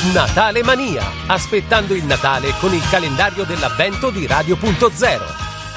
Natale Mania, aspettando il Natale con il calendario dell'avvento di Radio.0.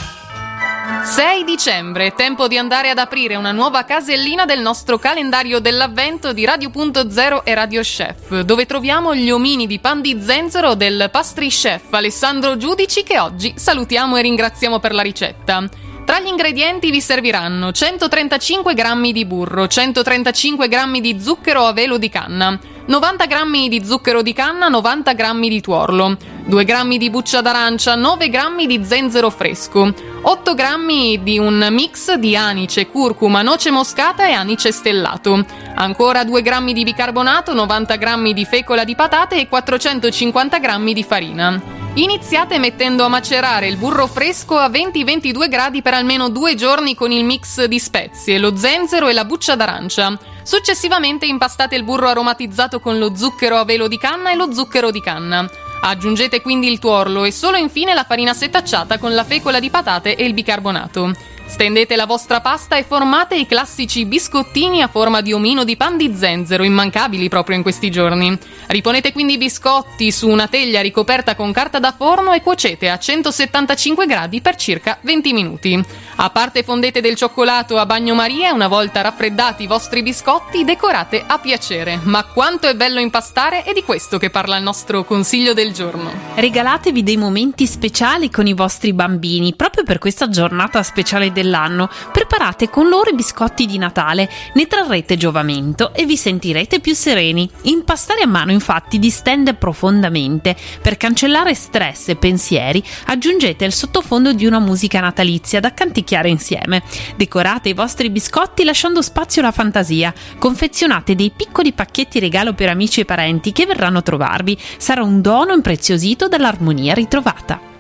6 dicembre, tempo di andare ad aprire una nuova casellina del nostro calendario dell'avvento di Radio.0 e Radio Chef, dove troviamo gli omini di pan di zenzero del pastry chef Alessandro Giudici, che oggi salutiamo e ringraziamo per la ricetta. Tra gli ingredienti vi serviranno 135 grammi di burro, 135 grammi di zucchero a velo di canna, 90 grammi di zucchero di canna, 90 grammi di tuorlo, 2 grammi di buccia d'arancia, 9 grammi di zenzero fresco, 8 grammi di un mix di anice, curcuma, noce moscata e anice stellato, ancora 2 grammi di bicarbonato, 90 grammi di fecola di patate e 450 grammi di farina. Iniziate mettendo a macerare il burro fresco a 20-22 gradi per almeno 2 giorni con il mix di spezie, lo zenzero e la buccia d'arancia. Successivamente impastate il burro aromatizzato con lo zucchero a velo di canna e lo zucchero di canna. Aggiungete quindi il tuorlo e solo infine la farina setacciata con la fecola di patate e il bicarbonato. Stendete la vostra pasta e formate i classici biscottini a forma di omino di pan di zenzero, immancabili proprio in questi giorni. Riponete quindi i biscotti su una teglia ricoperta con carta da forno e cuocete a 175 gradi per circa 20 minuti. A parte fondete del cioccolato a bagnomaria e una volta raffreddati i vostri biscotti decorate a piacere. Ma quanto è bello impastare, è di questo che parla il nostro consiglio del giorno. Regalatevi dei momenti speciali con i vostri bambini, proprio per questa giornata speciale dell'anno. Preparate con loro i biscotti di Natale, ne trarrete giovamento e vi sentirete più sereni. Impastare a mano infatti distende profondamente. Per cancellare stress e pensieri aggiungete il sottofondo di una musica natalizia da canticchiare insieme. Decorate i vostri biscotti lasciando spazio alla fantasia. Confezionate dei piccoli pacchetti regalo per amici e parenti che verranno a trovarvi. Sarà un dono impreziosito dall'armonia ritrovata.